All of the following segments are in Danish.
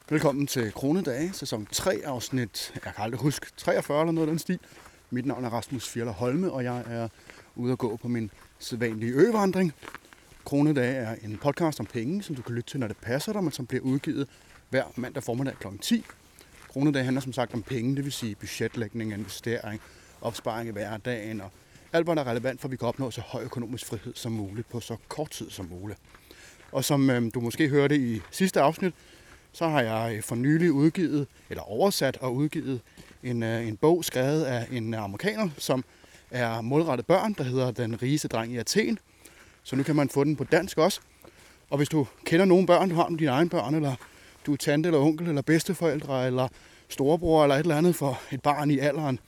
Velkommen til Kronedage, sæson 3, afsnit, jeg kan aldrig huske, 43 eller noget af den stil. Mit navn er Rasmus Fjeller Holme, og jeg er ude at gå på min sædvanlige øvandring. Kronedage er en podcast om penge, som du kan lytte til, når det passer dig, men som bliver udgivet hver mandag formiddag kl. 10. Kronedage handler som sagt om penge, det vil sige budgetlægning, investering, opsparing i hverdagen og alt, hvad der er relevant for, at vi kan opnå så høj økonomisk frihed som muligt på så kort tid som muligt. Og som du måske hørte i sidste afsnit, så har jeg for nylig oversat og udgivet en bog skrevet af en amerikaner, som er målrettet børn, der hedder Den rigeste dreng i Athen. Så nu kan man få den på dansk også. Og hvis du kender nogle børn, du har med dine egne børn, eller du er tante eller onkel eller bedsteforældre eller storebror eller et eller andet for et barn i alderen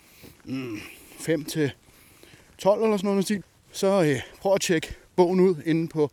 5 til 12 eller sådan noget, så prøv at tjekke bogen ud inde på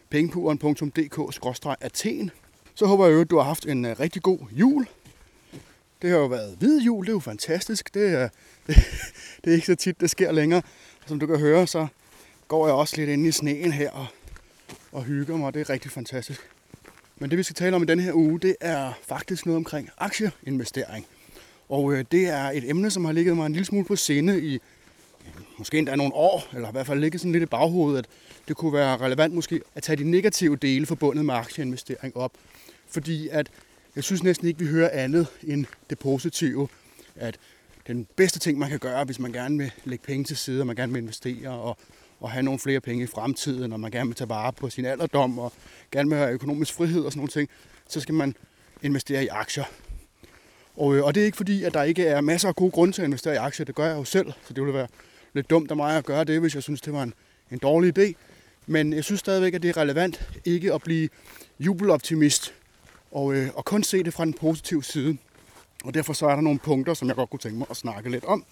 pengepuren.dk/Athen. Så håber jeg, at du har haft en rigtig god jul. Det har jo været hvid jul, det er jo fantastisk. Det er ikke så tit, det sker længere. Som du kan høre, så går jeg også lidt inde i sneen her og hygger mig. Det er rigtig fantastisk. Men det vi skal tale om i denne her uge, det er faktisk noget omkring aktieinvestering. Og det er et emne, som har ligget mig en lille smule på sinde i måske endda nogle år, eller i hvert fald ligget sådan lidt i baghovedet, at det kunne være relevant måske at tage de negative dele forbundet med aktieinvestering op. Fordi at jeg synes næsten ikke, vi hører andet end det positive, at den bedste ting, man kan gøre, hvis man gerne vil lægge penge til side, og man gerne vil investere og have nogle flere penge i fremtiden, og man gerne vil tage vare på sin alderdom, og gerne vil have økonomisk frihed og sådan nogle ting, så skal man investere i aktier. Og det er ikke fordi, at der ikke er masser af gode grunde til at investere i aktier. Det gør jeg jo selv, så det ville være lidt dumt af mig at gøre det, hvis jeg synes, det var en dårlig idé. Men jeg synes stadigvæk, at det er relevant ikke at blive jubeloptimist og kun se det fra den positive side. Og derfor så er der nogle punkter, som jeg godt kunne tænke mig at snakke lidt om.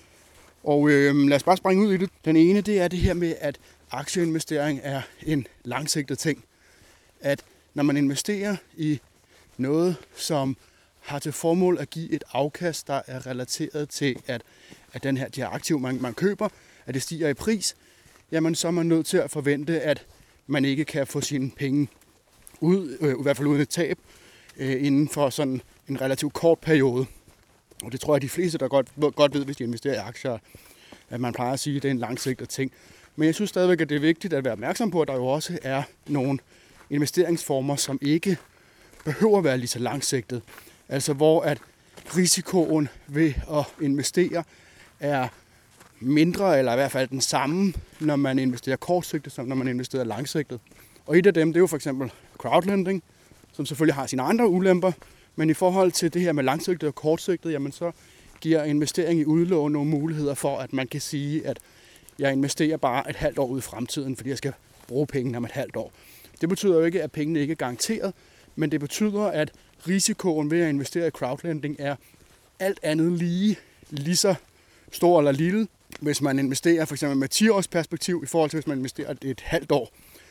Og lad os bare springe ud i det. Den ene, det er det her med, at aktieinvestering er en langsigtet ting. At når man investerer i noget, som har til formål at give et afkast, der er relateret til, at de her aktiver, man køber, at det stiger i pris, jamen så er man nødt til at forvente, at man ikke kan få sine penge ud, i hvert fald uden et tab, inden for sådan en relativt kort periode. Og det tror jeg, de fleste, der godt ved, hvis de investerer i aktier, at man plejer at sige, at det er en langsigtet ting. Men jeg synes stadigvæk, at det er vigtigt at være opmærksom på, at der jo også er nogle investeringsformer, som ikke behøver at være lige så langsigtet. Altså hvor at risikoen ved at investere er mindre, eller i hvert fald den samme, når man investerer kortsigtet, som når man investerer langsigtet. Og et af dem, det er jo for eksempel crowdlending, som selvfølgelig har sine andre ulemper, men i forhold til det her med langsigtet og kortsigtet, jamen så giver investering i udlån nogle muligheder for, at man kan sige, at jeg investerer bare et halvt år ud i fremtiden, fordi jeg skal bruge pengene om et halvt år. Det betyder jo ikke, at pengene ikke er garanteret, men det betyder, at risikoen ved at investere i crowdlending er alt andet lige så stor eller lille, hvis man investerer for eksempel med 10 års perspektiv i forhold til, hvis man investerer et halvt år.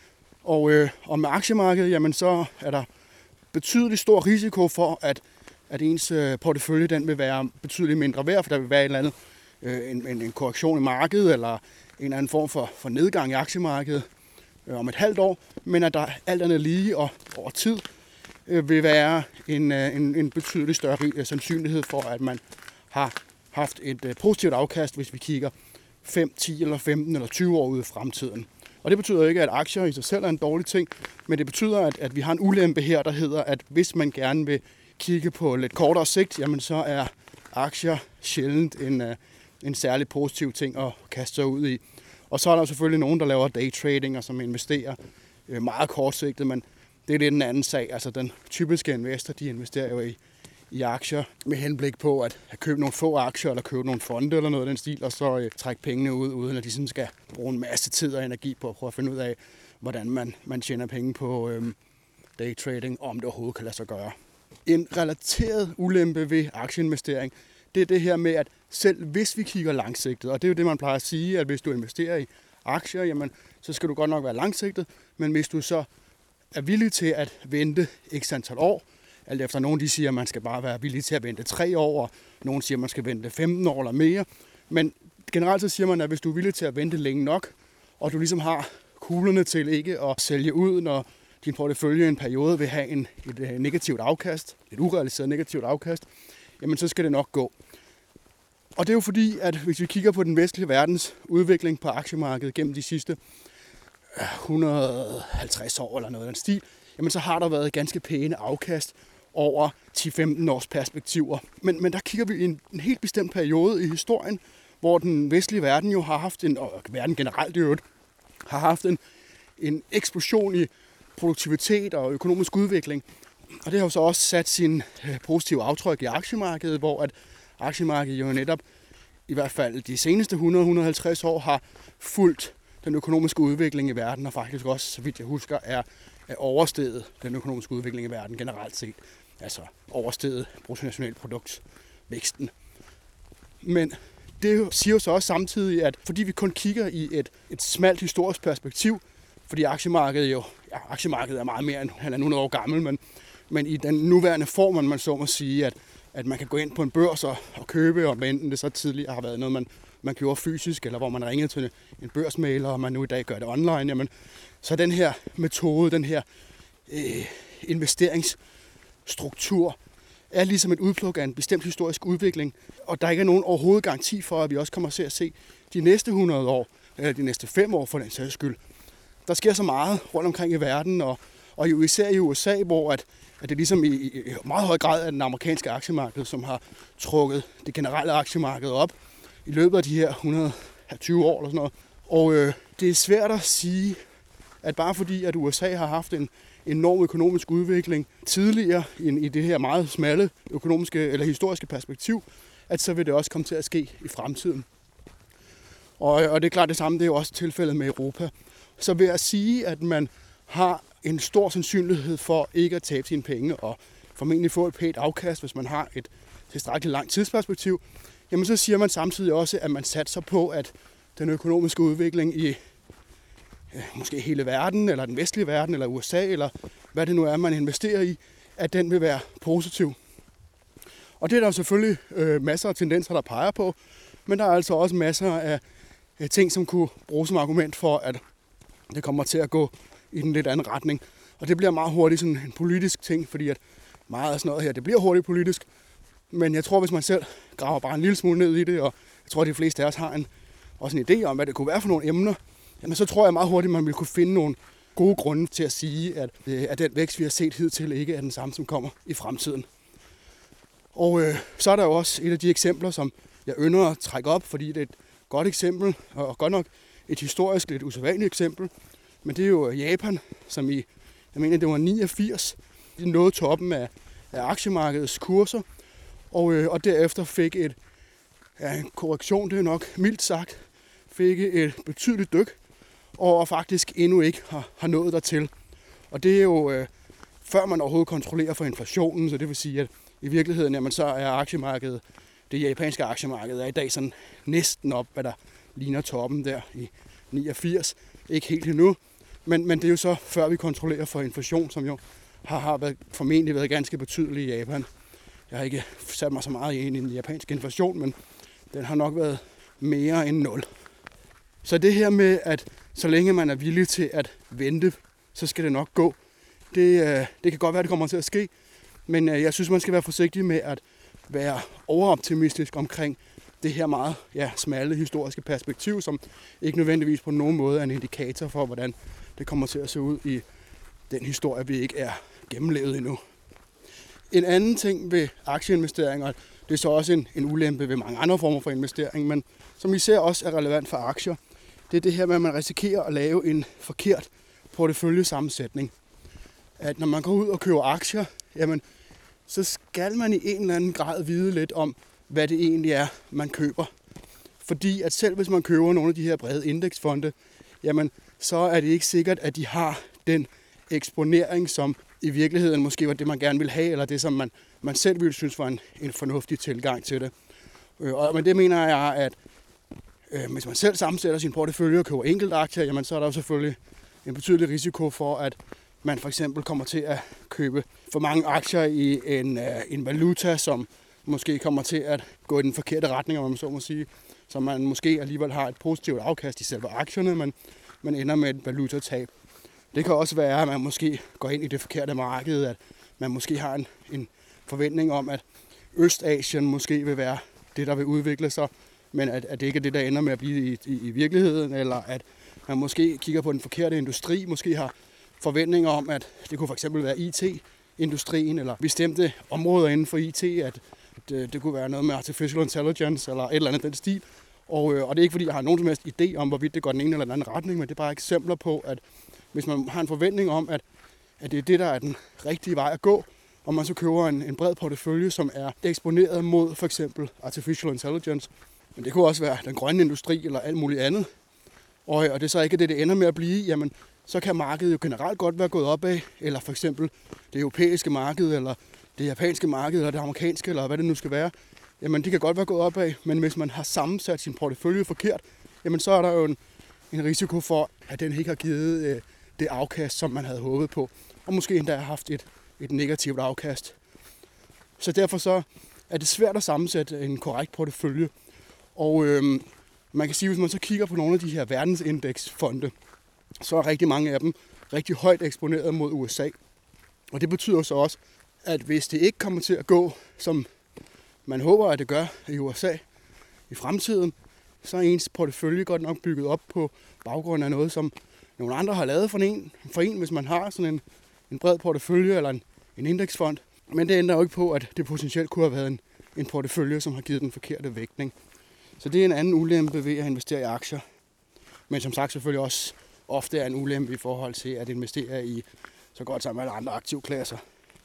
Og med aktiemarkedet, jamen så er der betydelig stor risiko for, at ens portefølje den vil være betydeligt mindre værd, for der vil være et eller andet, en korrektion i markedet, eller en eller anden form for nedgang i aktiemarkedet om et halvt år, men at der alt andet lige og over tid vil være en betydelig større sandsynlighed for, at man har haft et positivt afkast, hvis vi kigger 5, 10 eller 15 eller 20 år ude i fremtiden. Og det betyder ikke, at aktier i sig selv er en dårlig ting, men det betyder, at vi har en ulempe her, der hedder, at hvis man gerne vil kigge på lidt kortere sigt, jamen så er aktier sjældent en særlig positiv ting at kaste sig ud i. Og så er der selvfølgelig nogen, der laver daytrading og som investerer meget kortsigtet, men det er lidt en anden sag. Altså den typiske investor, de investerer jo i aktier med henblik på at købe nogle få aktier, eller købe nogle fonde eller noget af den stil, og så trække pengene ud, uden at de sådan skal bruge en masse tid og energi på at prøve at finde ud af, hvordan man tjener penge på daytrading, om det overhovedet kan lade sig gøre. En relateret ulempe ved aktieinvestering, det er det her med, at selv hvis vi kigger langsigtet, og det er jo det, man plejer at sige, at hvis du investerer i aktier, jamen, så skal du godt nok være langsigtet, men hvis du så er villig til at vente x antal år, alt efter nogen de siger, at man skal bare være villig til at vente 3 år, og nogen siger, at man skal vente 15 år eller mere. Men generelt så siger man, at hvis du er villig til at vente længe nok, og du ligesom har kuglerne til ikke at sælge ud, når din portefølje i en periode vil have et negativt afkast, et urealiseret negativt afkast, jamen så skal det nok gå. Og det er jo fordi, at hvis vi kigger på den vestlige verdens udvikling på aktiemarkedet gennem de sidste 150 år eller noget af den stil, jamen så har der været ganske pæne afkast over 10-15 års perspektiver. Men der kigger vi i en helt bestemt periode i historien, hvor den vestlige verden jo har haft og verden generelt i øvrigt, har haft en eksplosion i produktivitet og økonomisk udvikling. Og det har jo så også sat sin positive aftryk i aktiemarkedet, hvor at aktiemarkedet jo netop i hvert fald de seneste 100-150 år har fulgt den økonomiske udvikling i verden, og faktisk også, så vidt jeg husker, er oversteget den økonomiske udvikling i verden generelt set. Altså oversteget bruttonationalproduktsvæksten. Men det siger jo så også samtidig, at fordi vi kun kigger i et smalt historisk perspektiv, fordi aktiemarkedet er meget mere end 100 år gammel, men i den nuværende form, man så må sige, at man kan gå ind på en børs og købe, og enten det så tidligere har været noget, man gjorde fysisk, eller hvor man ringede til en børsmægler, og man nu i dag gør det online, jamen, så den her metode, den her investeringsstruktur, er ligesom et udpluk af en bestemt historisk udvikling, og der ikke er nogen overhovedet garanti for, at vi også kommer til at se de næste 100 år, eller de næste 5 år for den sags skyld. Der sker så meget rundt omkring i verden, og jo især i USA, hvor at det ligesom i meget høj grad er den amerikanske aktiemarked, som har trukket det generelle aktiemarked op i løbet af de her 120 år eller sådan noget. Og det er svært at sige, at bare fordi at USA har haft en enorm økonomisk udvikling tidligere i det her meget smalle økonomiske eller historiske perspektiv, at så vil det også komme til at ske i fremtiden. Og det er klart det samme, det er jo også tilfældet med Europa. Så ved at sige, at man har en stor sandsynlighed for ikke at tabe sine penge og formentlig få et pænt afkast, hvis man har et tilstrækkeligt langt tidsperspektiv, jamen så siger man samtidig også, at man satser på, at den økonomiske udvikling i måske hele verden, eller den vestlige verden, eller USA, eller hvad det nu er, man investerer i, at den vil være positiv. Og det er der selvfølgelig masser af tendenser, der peger på, men der er altså også masser af ting, som kunne bruges som argument for, at det kommer til at gå i den lidt anden retning. Og det bliver meget hurtigt sådan en politisk ting, fordi at meget af sådan noget her, det bliver hurtigt politisk. Men jeg tror, hvis man selv graver bare en lille smule ned i det, og jeg tror, at de fleste af os har også en idé om, hvad det kunne være for nogle emner, jamen så tror jeg meget hurtigt, at man vil kunne finde nogle gode grunde til at sige, at den vækst, vi har set hidtil, ikke er den samme, som kommer i fremtiden. Og så er der jo også et af de eksempler, som jeg ynder at trække op, fordi det er et godt eksempel, og godt nok et historisk, lidt usædvanligt eksempel. Men det er jo Japan, som jeg mener, det var 89, de nåede toppen af aktiemarkedets kurser, og derefter fik en korrektion, det er nok mildt sagt, fik et betydeligt dyk, og faktisk endnu ikke har nået dertil. Og det er jo før man overhovedet kontrollerer for inflationen, så det vil sige, at i virkeligheden, jamen, så er aktiemarkedet, det japanske aktiemarked er i dag sådan næsten op, hvad der ligner toppen der i 89. Ikke helt endnu, men det er jo så før vi kontrollerer for inflation, som jo har formentlig været ganske betydelig i Japan. Jeg har ikke sat mig så meget ind i den japanske inflation, men den har nok været mere end 0. Så det her med, at så længe man er villig til at vente, så skal det nok gå. Det kan godt være, det kommer til at ske, men jeg synes, man skal være forsigtig med at være overoptimistisk omkring det her meget smalle historiske perspektiv, som ikke nødvendigvis på nogen måde er en indikator for, hvordan det kommer til at se ud i den historie, vi ikke er gennemlevet endnu. En anden ting ved aktieinvesteringer, det er så også en ulempe ved mange andre former for investering, men som især også er relevant for aktier, det er det her med, at man risikerer at lave en forkert porteføljesammensætning. At når man går ud og køber aktier, jamen, så skal man i en eller anden grad vide lidt om, hvad det egentlig er, man køber. Fordi at selv hvis man køber nogle af de her brede indeksfonde, jamen, så er det ikke sikkert, at de har den eksponering, som i virkeligheden måske var det, man gerne ville have, eller det, som man selv ville synes var en fornuftig tilgang til det. Men det mener jeg, at hvis man selv sammensætter sin portefølje og køber enkeltaktier, jamen, så er der jo selvfølgelig en betydelig risiko for, at man for eksempel kommer til at købe for mange aktier i en valuta, som måske kommer til at gå i den forkerte retning, om man så må sige. Så man måske alligevel har et positivt afkast i selve aktierne, men man ender med et valutatab. Det kan også være, at man måske går ind i det forkerte marked, at man måske har en forventning om, at Østasien måske vil være det, der vil udvikle sig, men at det ikke er det, der ender med at blive i virkeligheden, eller at man måske kigger på den forkerte industri, måske har forventninger om, at det kunne for eksempel være IT-industrien, eller bestemte områder inden for IT, at det kunne være noget med artificial intelligence, eller et eller andet den stil. Og det er ikke, fordi jeg har nogen som helst idé om, hvorvidt det går den ene eller den anden retning, men det er bare eksempler på, at hvis man har en forventning om, at det er det, der er den rigtige vej at gå, og man så køber en bred portefølje, som er eksponeret mod for eksempel artificial intelligence, men det kunne også være den grønne industri eller alt muligt andet, og det er så ikke det ender med at blive, jamen så kan markedet jo generelt godt være gået opad, eller for eksempel det europæiske marked, eller det japanske marked, eller det amerikanske, eller hvad det nu skal være, jamen det kan godt være gået opad, men hvis man har sammensat sin portefølje forkert, jamen så er der jo en risiko for, at den ikke har givet det afkast, som man havde håbet på, og måske endda har haft et negativt afkast. Så derfor så er det svært at sammensætte en korrekt portefølje, og man kan sige, hvis man så kigger på nogle af de her verdensindeksfonde, så er rigtig mange af dem rigtig højt eksponeret mod USA. Og det betyder så også, at hvis det ikke kommer til at gå, som man håber, at det gør i USA i fremtiden, så er ens portefølje godt nok bygget op på baggrund af noget, som nogle andre har lavet for en, hvis man har sådan en bred portefølje eller en indeksfond. Men det ændrer jo ikke på, at det potentielt kunne have været en portefølje, som har givet den forkerte vægtning. Så det er en anden ulempe ved at investere i aktier. Men som sagt selvfølgelig også ofte er en ulempe i forhold til at investere i så godt som alle andre aktivklasser.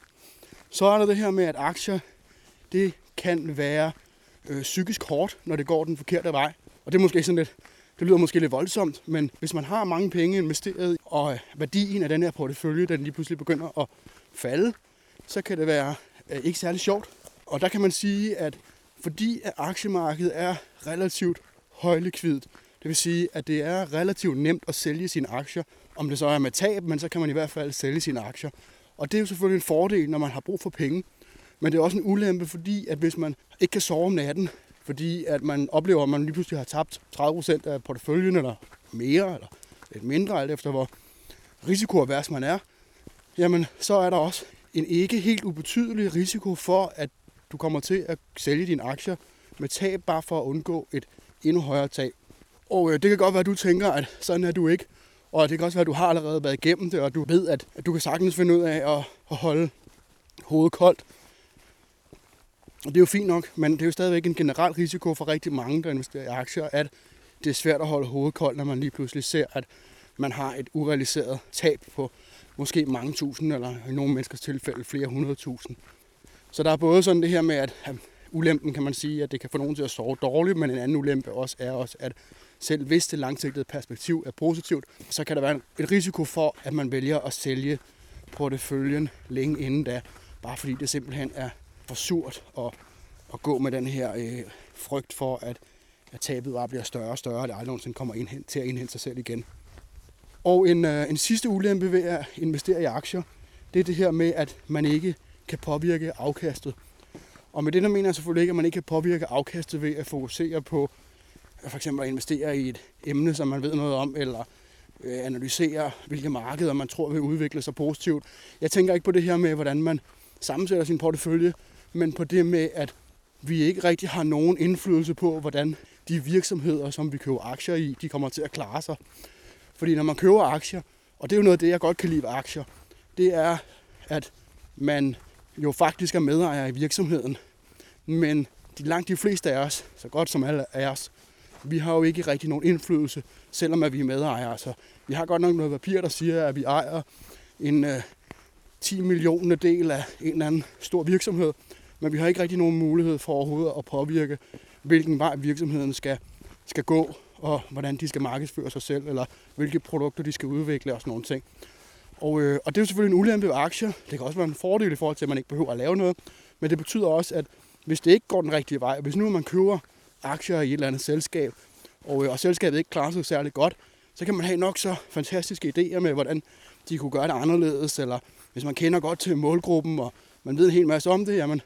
Så er der det her med, at aktier, det kan være psykisk hårdt, når det går den forkerte vej. Og det er måske sådan lidt, det lyder måske lidt voldsomt, men hvis man har mange penge investeret, og værdien af den her portefølje, den lige pludselig begynder at falde, så kan det være ikke særlig sjovt. Og der kan man sige, at fordi at aktiemarkedet er relativt højlikvidt, det vil sige, at det er relativt nemt at sælge sine aktier. Om det så er med tab, men så kan man i hvert fald sælge sine aktier. Og det er jo selvfølgelig en fordel, når man har brug for penge. Men det er også en ulempe, fordi at hvis man ikke kan sove om natten, fordi at man oplever, at man lige pludselig har tabt 30% af porteføljen, eller mere, eller lidt mindre, alt efter hvor risikoavers man er, jamen så er der også en ikke helt ubetydelig risiko for, at du kommer til at sælge dine aktier med tab, bare for at undgå et endnu højere tab. Og det kan godt være, at du tænker, at sådan er du ikke. Og det kan også være, at du har allerede været igennem det, og du ved, at du kan sagtens finde ud af at holde hovedet koldt. Og det er jo fint nok, men det er jo stadigvæk en generel risiko for rigtig mange, der investerer i aktier, at det er svært at holde hovedet koldt, når man lige pludselig ser, at man har et urealiseret tab på måske mange tusind, eller i nogle menneskers tilfælde flere 100.000. Så der er både sådan det her med, at ulempen kan man sige, at det kan få nogen til at sove dårligt, men en anden ulempe er, at selv hvis det langsigtede perspektiv er positivt, så kan der være et risiko for, at man vælger at sælge porteføljen længe inden da, bare fordi det simpelthen er for surt at gå med den her frygt for, at tabet bare bliver større og større, og det aldrig nogensinde kommer til at indhente sig selv igen. Og en sidste ulempe ved at investere i aktier, det er det her med, at man ikke kan påvirke afkastet. Og med det der mener jeg selvfølgelig ikke, at man ikke kan påvirke afkastet ved at fokusere på for eksempel at investere i et emne, som man ved noget om, eller analysere, hvilke markeder man tror vil udvikle sig positivt. Jeg tænker ikke på det her med, hvordan man sammensætter sin portefølje, men på det med, at vi ikke rigtig har nogen indflydelse på, hvordan de virksomheder, som vi køber aktier i, de kommer til at klare sig. Fordi når man køber aktier, og det er jo noget af det, jeg godt kan lide ved aktier, det er, at man jo faktisk er medejer i virksomheden. Men langt de fleste af os, så godt som alle af os, vi har jo ikke rigtig nogen indflydelse, selvom at vi er medejere. Altså, vi har godt nok noget papir, der siger, at vi ejer en 10 millioner del af en eller anden stor virksomhed, men vi har ikke rigtig nogen mulighed for overhovedet at påvirke, hvilken vej virksomheden skal gå, og hvordan de skal markedsføre sig selv, eller hvilke produkter de skal udvikle og sådan nogle ting. Og det er jo selvfølgelig en ulempe ved aktier. Det kan også være en fordel i forhold til, at man ikke behøver at lave noget, men det betyder også, at hvis det ikke går den rigtige vej, hvis nu man køber aktier i et eller andet selskab, og selskabet ikke klarer sig særlig godt, så kan man have nok så fantastiske idéer med, hvordan de kunne gøre det anderledes, eller hvis man kender godt til målgruppen, og man ved en hel masse om det, jamen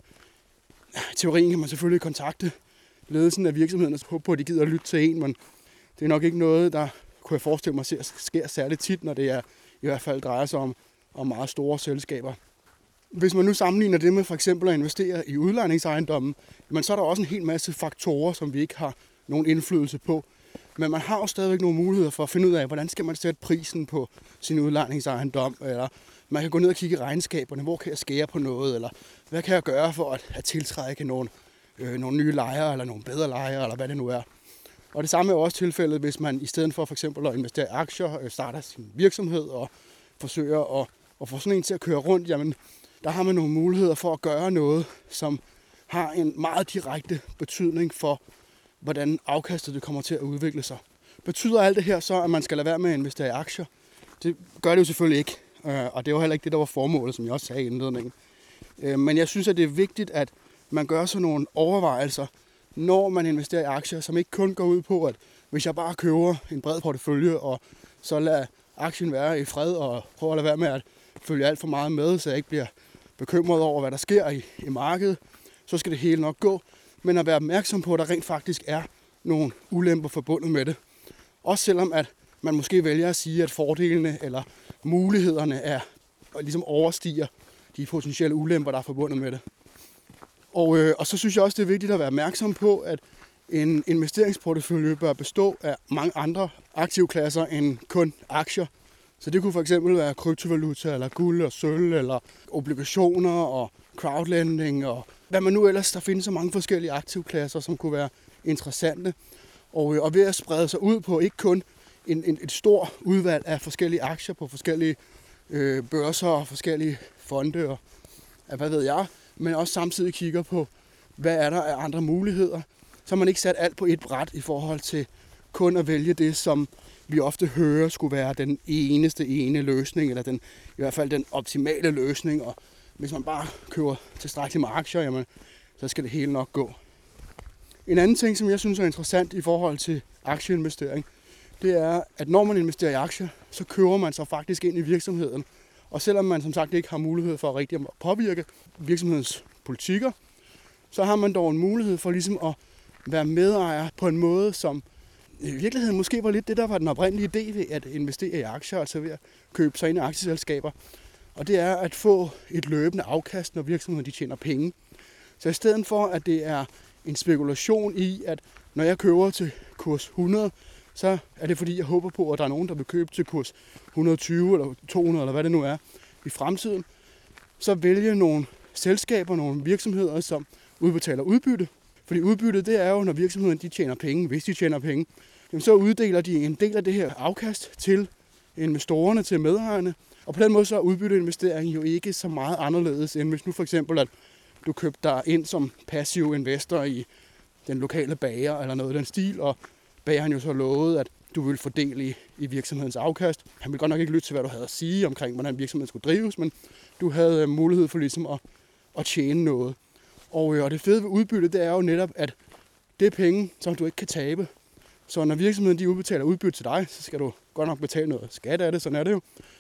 i teorien kan man selvfølgelig kontakte ledelsen af virksomheden og håbe på, at de gider at lytte til en, men det er nok ikke noget, der kunne jeg forestille mig sker særligt tit, når det er i hvert fald drejer sig om meget store selskaber. Hvis man nu sammenligner det med for eksempel at investere i udlejningsejendommen, men så er der også en hel masse faktorer, som vi ikke har nogen indflydelse på. Men man har jo stadigvæk nogle muligheder for at finde ud af, hvordan skal man sætte prisen på sin udlejningsejendom, eller man kan gå ned og kigge i regnskaberne, hvor kan jeg skære på noget, eller hvad kan jeg gøre for at tiltrække nogle nye lejere, eller nogle bedre lejere, eller hvad det nu er. Og det samme er også tilfældet, hvis man i stedet for eksempel at investere i aktier, starter sin virksomhed og forsøger at få sådan en til at køre rundt, jamen der har man nogle muligheder for at gøre noget, som har en meget direkte betydning for, hvordan afkastet det kommer til at udvikle sig. Betyder alt det her så, at man skal lade være med at investere i aktier? Det gør det jo selvfølgelig ikke, og det var heller ikke det, der var formålet, som jeg også sagde i indledningen. Men jeg synes, at det er vigtigt, at man gør sådan nogle overvejelser, når man investerer i aktier, som ikke kun går ud på, at hvis jeg bare køber en bred portefølje, og så lader aktien være i fred, og prøver at lade være med at følge alt for meget med, så jeg ikke bliver bekymret over, hvad der sker i markedet, så skal det hele nok gå. Men at være opmærksom på, at der rent faktisk er nogle ulemper forbundet med det. Også selvom at man måske vælger at sige, at fordelene eller mulighederne ligesom overstiger de potentielle ulemper, der er forbundet med det. Og så synes jeg også, det er vigtigt at være opmærksom på, at en investeringsportefølje bør bestå af mange andre aktivklasser end kun aktier. Så det kunne for eksempel være kryptovaluta, eller guld og sølv, eller obligationer og crowdlending, og hvad man nu ellers, der findes så mange forskellige aktivklasser, som kunne være interessante. Og ved at sprede sig ud på ikke kun et stort udvalg af forskellige aktier på forskellige børser og forskellige fonde, og hvad ved jeg, men også samtidig kigger på, hvad er der af andre muligheder, så man ikke sat alt på et bræt i forhold til kun at vælge det, som vi ofte hører skulle være den ene løsning, eller i hvert fald den optimale løsning. Og hvis man bare køber tilstrækkeligt med aktier, jamen, så skal det hele nok gå. En anden ting, som jeg synes er interessant i forhold til aktieinvestering, det er, at når man investerer i aktier, så køber man sig faktisk ind i virksomheden. Og selvom man som sagt ikke har mulighed for at rigtig påvirke virksomhedens politikker, så har man dog en mulighed for ligesom at være medejer på en måde, som i virkeligheden måske var lidt det, der var den oprindelige idé ved at investere i aktier, altså ved at købe sig ind i aktieselskaber. Og det er at få et løbende afkast, når virksomheden tjener penge. Så i stedet for, at det er en spekulation i, at når jeg køber til kurs 100, så er det fordi, jeg håber på, at der er nogen, der vil købe til kurs 120 eller 200, eller hvad det nu er i fremtiden. Så vælge nogle selskaber, nogle virksomheder, som udbetaler udbytte. Fordi udbyttet, det er jo, når virksomheden tjener penge, hvis de tjener penge, jamen så uddeler de en del af det her afkast til investorerne, til medejerne. Og på den måde så er udbytteinvestering jo ikke så meget anderledes, end hvis nu for eksempel, at du købte dig ind som passiv investor i den lokale bager eller noget af den stil, og bageren jo så lovede, at du ville fordele i virksomhedens afkast. Han ville godt nok ikke lytte til, hvad du havde at sige omkring, hvordan virksomheden skulle drives, men du havde mulighed for ligesom at tjene noget. Og det fede ved udbytte, det er jo netop, at det er penge, som du ikke kan tabe. Så når virksomheden udbetaler udbytte til dig, så skal du godt nok betale noget skat af det, sådan er det jo.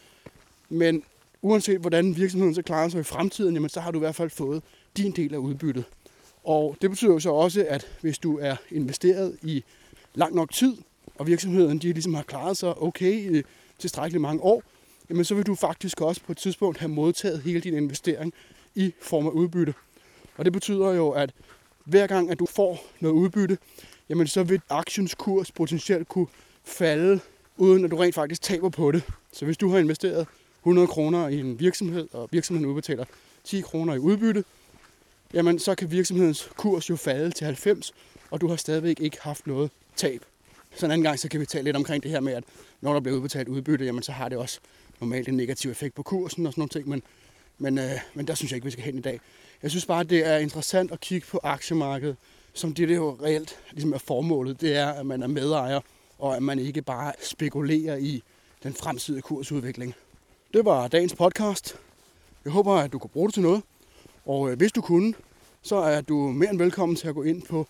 Men uanset hvordan virksomheden så klarer sig i fremtiden, jamen, så har du i hvert fald fået din del af udbyttet. Og det betyder jo så også, at hvis du er investeret i lang nok tid, og virksomheden ligesom har klaret sig okay i tilstrækkeligt mange år, jamen så vil du faktisk også på et tidspunkt have modtaget hele din investering i form af udbytte. Og det betyder jo, at hver gang, at du får noget udbytte, jamen så vil aktiens kurs potentielt kunne falde, uden at du rent faktisk taber på det. Så hvis du har investeret 100 kroner i en virksomhed, og virksomheden udbetaler 10 kroner i udbytte, jamen så kan virksomhedens kurs jo falde til 90, og du har stadigvæk ikke haft noget tab. Så en anden gang, så kan vi tale lidt omkring det her med, at når der bliver udbetalt udbytte, jamen så har det også normalt en negativ effekt på kursen og sådan nogle ting, men der synes jeg ikke, vi skal hen i dag. Jeg synes bare, at det er interessant at kigge på aktiemarkedet, som det jo reelt ligesom er formålet. Det er, at man er medejer, og at man ikke bare spekulerer i den fremtidige kursudvikling. Det var dagens podcast. Jeg håber, at du kunne bruge det til noget. Og hvis du kunne, så er du mere end velkommen til at gå ind på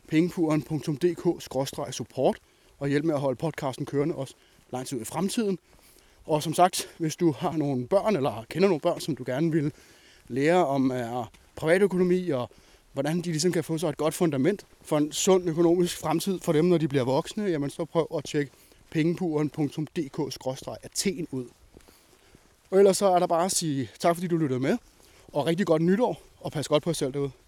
pengepuren.dk/support og hjælpe med at holde podcasten kørende også lang tid i fremtiden. Og som sagt, hvis du har nogle børn eller kender nogle børn, som du gerne vil lære om privatøkonomi og hvordan de ligesom kan få så et godt fundament for en sund økonomisk fremtid for dem, når de bliver voksne, jamen så prøv at tjekke pengepuren.dk/Athen ud. Og ellers så er der bare at sige tak, fordi du lyttede med. Og rigtig godt nytår, og pas godt på jer selv derude.